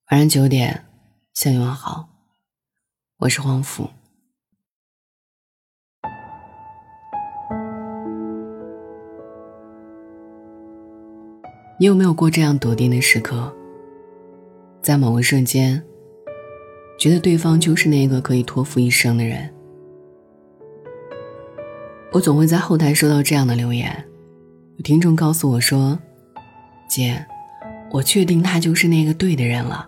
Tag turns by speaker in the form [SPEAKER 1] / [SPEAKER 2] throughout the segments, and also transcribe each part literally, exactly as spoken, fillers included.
[SPEAKER 1] 晚上九点，向你问好，我是黄甫。你有没有过这样笃定的时刻，在某个瞬间觉得对方就是那个可以托付一生的人？我总会在后台收到这样的留言，有听众告诉我说，姐，我确定他就是那个对的人了。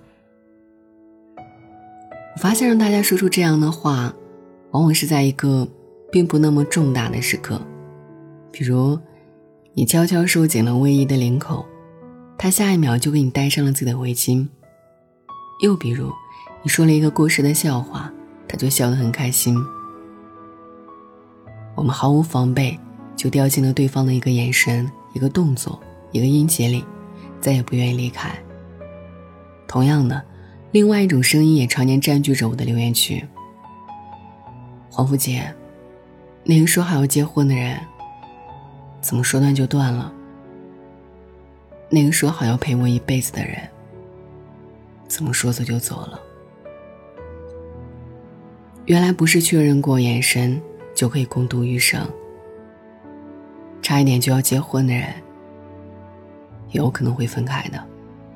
[SPEAKER 1] 我发现让大家说出这样的话，往往是在一个并不那么重大的时刻，比如你悄悄收紧了卫衣的领口，他下一秒就给你戴上了自己的围巾；又比如你说了一个过时的笑话，他就笑得很开心。我们毫无防备就掉进了对方的一个眼神、一个动作、一个音节里，再也不愿意离开。同样的，另外一种声音也常年占据着我的留言区。黄甫姐，那个说好要结婚的人，怎么说断就断了？那个说好要陪我一辈子的人，怎么说走就走了？原来不是确认过眼神就可以共度余生，差一点就要结婚的人，也有可能会分开的。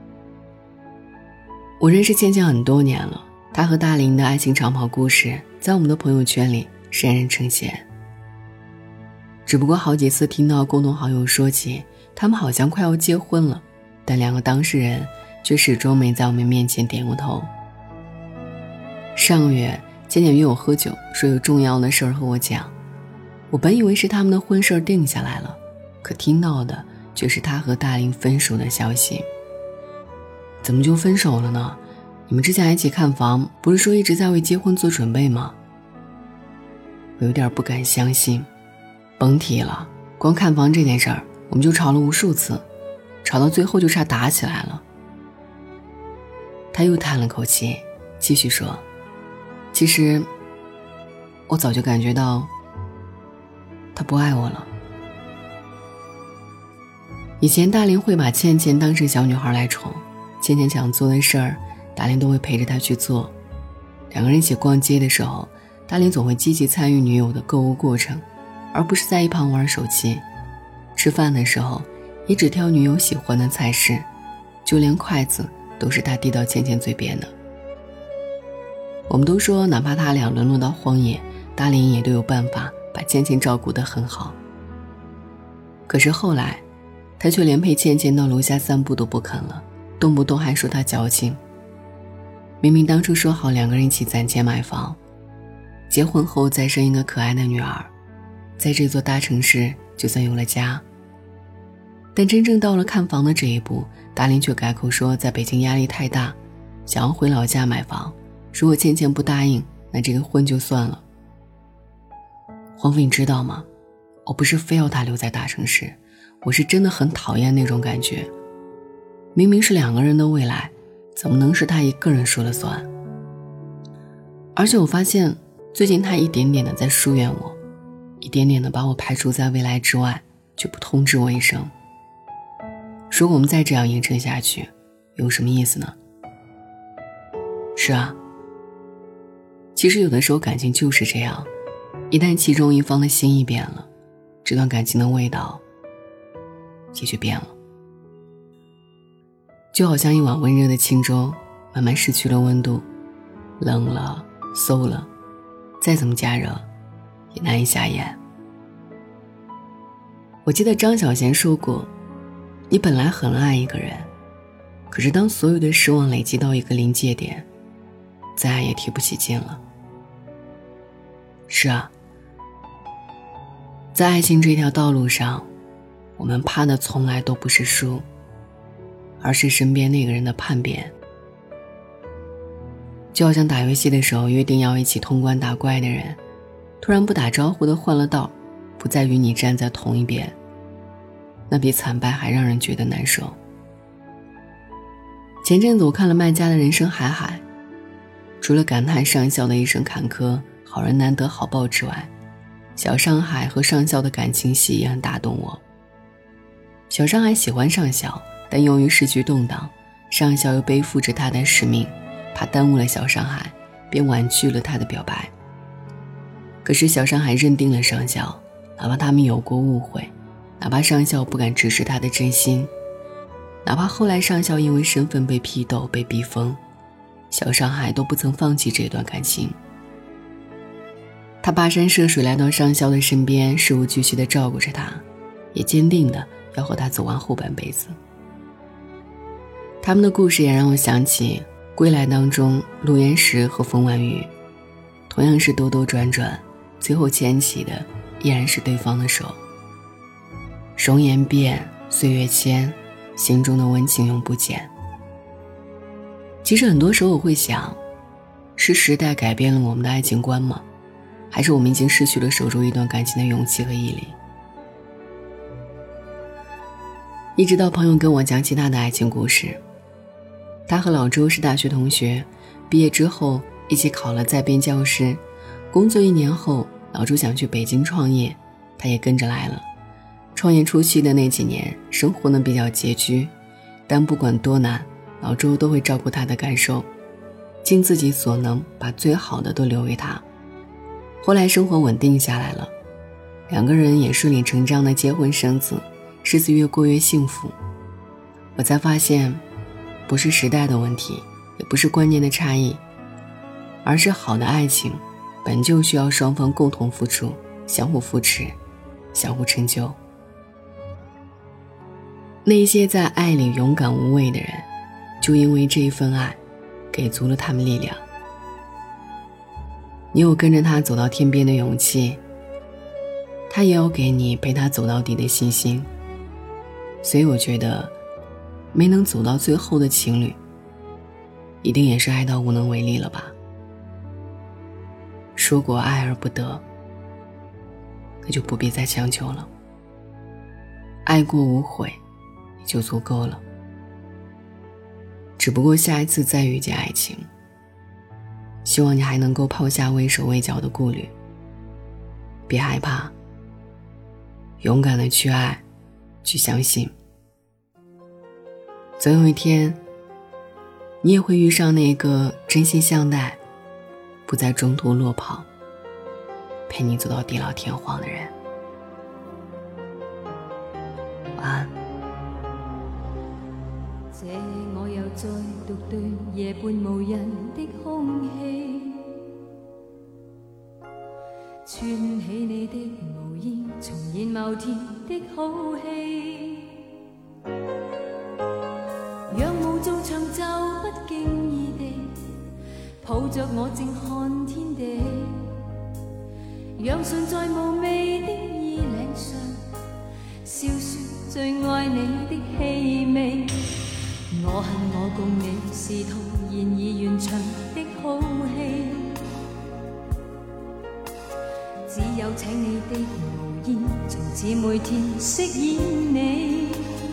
[SPEAKER 1] 我认识倩倩很多年了，她和大林的爱情长跑故事在我们的朋友圈里人人称羡。只不过好几次听到共同好友说起他们好像快要结婚了，但两个当事人却始终没在我们面前点过头。上个月倩倩约我喝酒，说有重要的事儿和我讲。我本以为是他们的婚事定下来了，可听到的却是他和大林分手的消息。怎么就分手了呢？你们之前还一起看房，不是说一直在为结婚做准备吗？我有点不敢相信。甭提了，光看房这件事儿，我们就吵了无数次，吵到最后就差打起来了。他又叹了口气，继续说，其实我早就感觉到他不爱我了。以前大林会把倩倩当成小女孩来宠，倩倩想做的事儿，大林都会陪着她去做。两个人一起逛街的时候，大林总会积极参与女友的购物过程，而不是在一旁玩手机。吃饭的时候也只挑女友喜欢的菜式，就连筷子都是他递到倩倩嘴边的。我们都说哪怕他俩沦落到荒野，大林也都有办法把倩倩照顾得很好。可是后来他却连陪倩倩到楼下散步都不肯了，动不动还说她矫情。明明当初说好两个人一起攒钱买房，结婚后再生一个可爱的女儿，在这座大城市就算有了家。但真正到了看房的这一步，大林却改口说在北京压力太大，想要回老家买房，如果倩倩不答应，那这个婚就算了。黄甫，你知道吗？我不是非要她留在大城市，我是真的很讨厌那种感觉。明明是两个人的未来，怎么能是他一个人说了算？而且我发现最近他一点点的在疏远我，一点点的把我排除在未来之外，却不通知我一声。如果我们再这样硬撑下去，有什么意思呢？是啊，其实有的时候感情就是这样，一旦其中一方的心意变了，这段感情的味道也就变了。就好像一碗温热的清粥，慢慢失去了温度，冷了，馊了，再怎么加热也难以下咽。我记得张小娴说过，你本来很爱一个人，可是当所有的失望累积到一个临界点，再爱也提不起劲了。是啊，在爱情这条道路上，我们怕的从来都不是输，而是身边那个人的叛变。就好像打游戏的时候约定要一起通关打怪的人，突然不打招呼的换了道，不再与你站在同一边，那比惨败还让人觉得难受。前阵子我看了麦家的人生海海，除了感叹上校的一生坎坷，好人难得好报之外，小上海和上校的感情戏也很打动我。小上海喜欢上校，但由于时局动荡， 上校又背负着他的使命，怕耽误了小上海，便婉拒了他的表白。可是小上海认定了上校，哪怕他们有过误会，哪怕上校不敢直视他的真心，哪怕后来上校因为身份被批斗被逼疯，小上海都不曾放弃这段感情。他跋山涉水来到上校的身边，事无巨细地照顾着他，也坚定地要和他走完后半辈子。他们的故事也让我想起《归来》当中陆焉识和冯婉瑜，同样是兜兜转转，最后牵起的依然是对方的手。容颜变，岁月迁，心中的温情永不减。其实很多时候我会想，是时代改变了我们的爱情观吗？还是我们已经失去了守住一段感情的勇气和毅力？一直到朋友跟我讲起他的爱情故事，他和老周是大学同学，毕业之后一起考了在编教师，工作一年后，老周想去北京创业，他也跟着来了。创业初期的那几年，生活呢比较拮据，但不管多难，老周都会照顾他的感受，尽自己所能把最好的都留给他。后来生活稳定下来了，两个人也顺理成章的结婚生子，日子越过越幸福。我才发现，不是时代的问题，也不是观念的差异，而是好的爱情本就需要双方共同付出，相互扶持，相互成就。那些在爱里勇敢无畏的人，就因为这一份爱，给足了他们力量。你有跟着他走到天边的勇气，他也有给你陪他走到底的信心。所以我觉得，没能走到最后的情侣，一定也是爱到无能为力了吧。如果爱而不得，那就不必再强求了。爱过无悔也就足够了。只不过下一次再遇见爱情，希望你还能够抛下畏手畏脚的顾虑，别害怕，勇敢的去爱，去相信。总有一天，你也会遇上那个真心相待，不在中途落跑，陪你走到地老天荒的人。晚安。
[SPEAKER 2] 这我又再獨對夜半無人的空氣，串起你的毛衣，重現某天的好戲。仰舞做長袖，不經意地抱着我正看天地，讓唇在無味的衣領上笑說最愛你的氣味。我恨我共你是套現已完場的好戲，只有請你的毛衣，從此每天飾演你。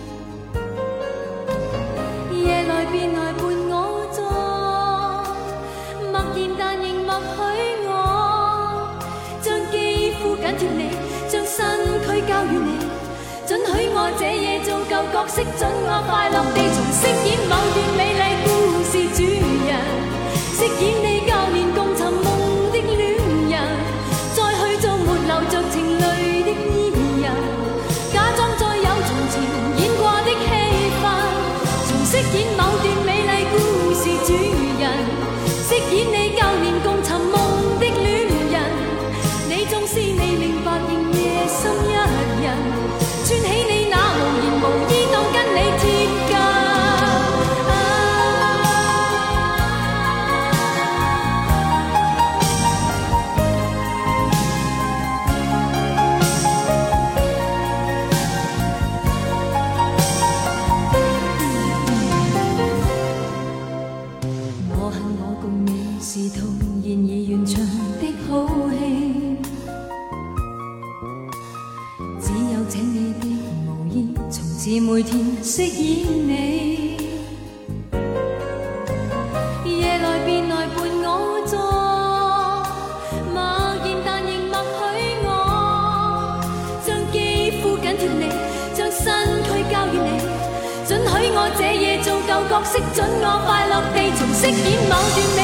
[SPEAKER 2] 夜來便來伴我坐，默然但仍默許我，將肌膚緊貼你，將身軀交予你。准許我這夜做舊角色，准我快樂地重飾演某段美麗故事主人，飾演你教練共尋夢的戀人，再去做沒流着情淚的伊人，假裝再有從前演過的戲份，重飾演某段美麗故事主人，飾演你教練共尋夢的戀人，你縱是未明白仍夜深一人。穿起你那無言無衣，當跟你貼近。啊、我恨我共你是套現已完場的好戲。請你的毛衣，從此每天飾演你。夜來便來伴我坐，默然但仍默許我，將肌膚緊貼你，將身軀交予你，准許我這夜做舊角角色准我快乐地重饰演某段美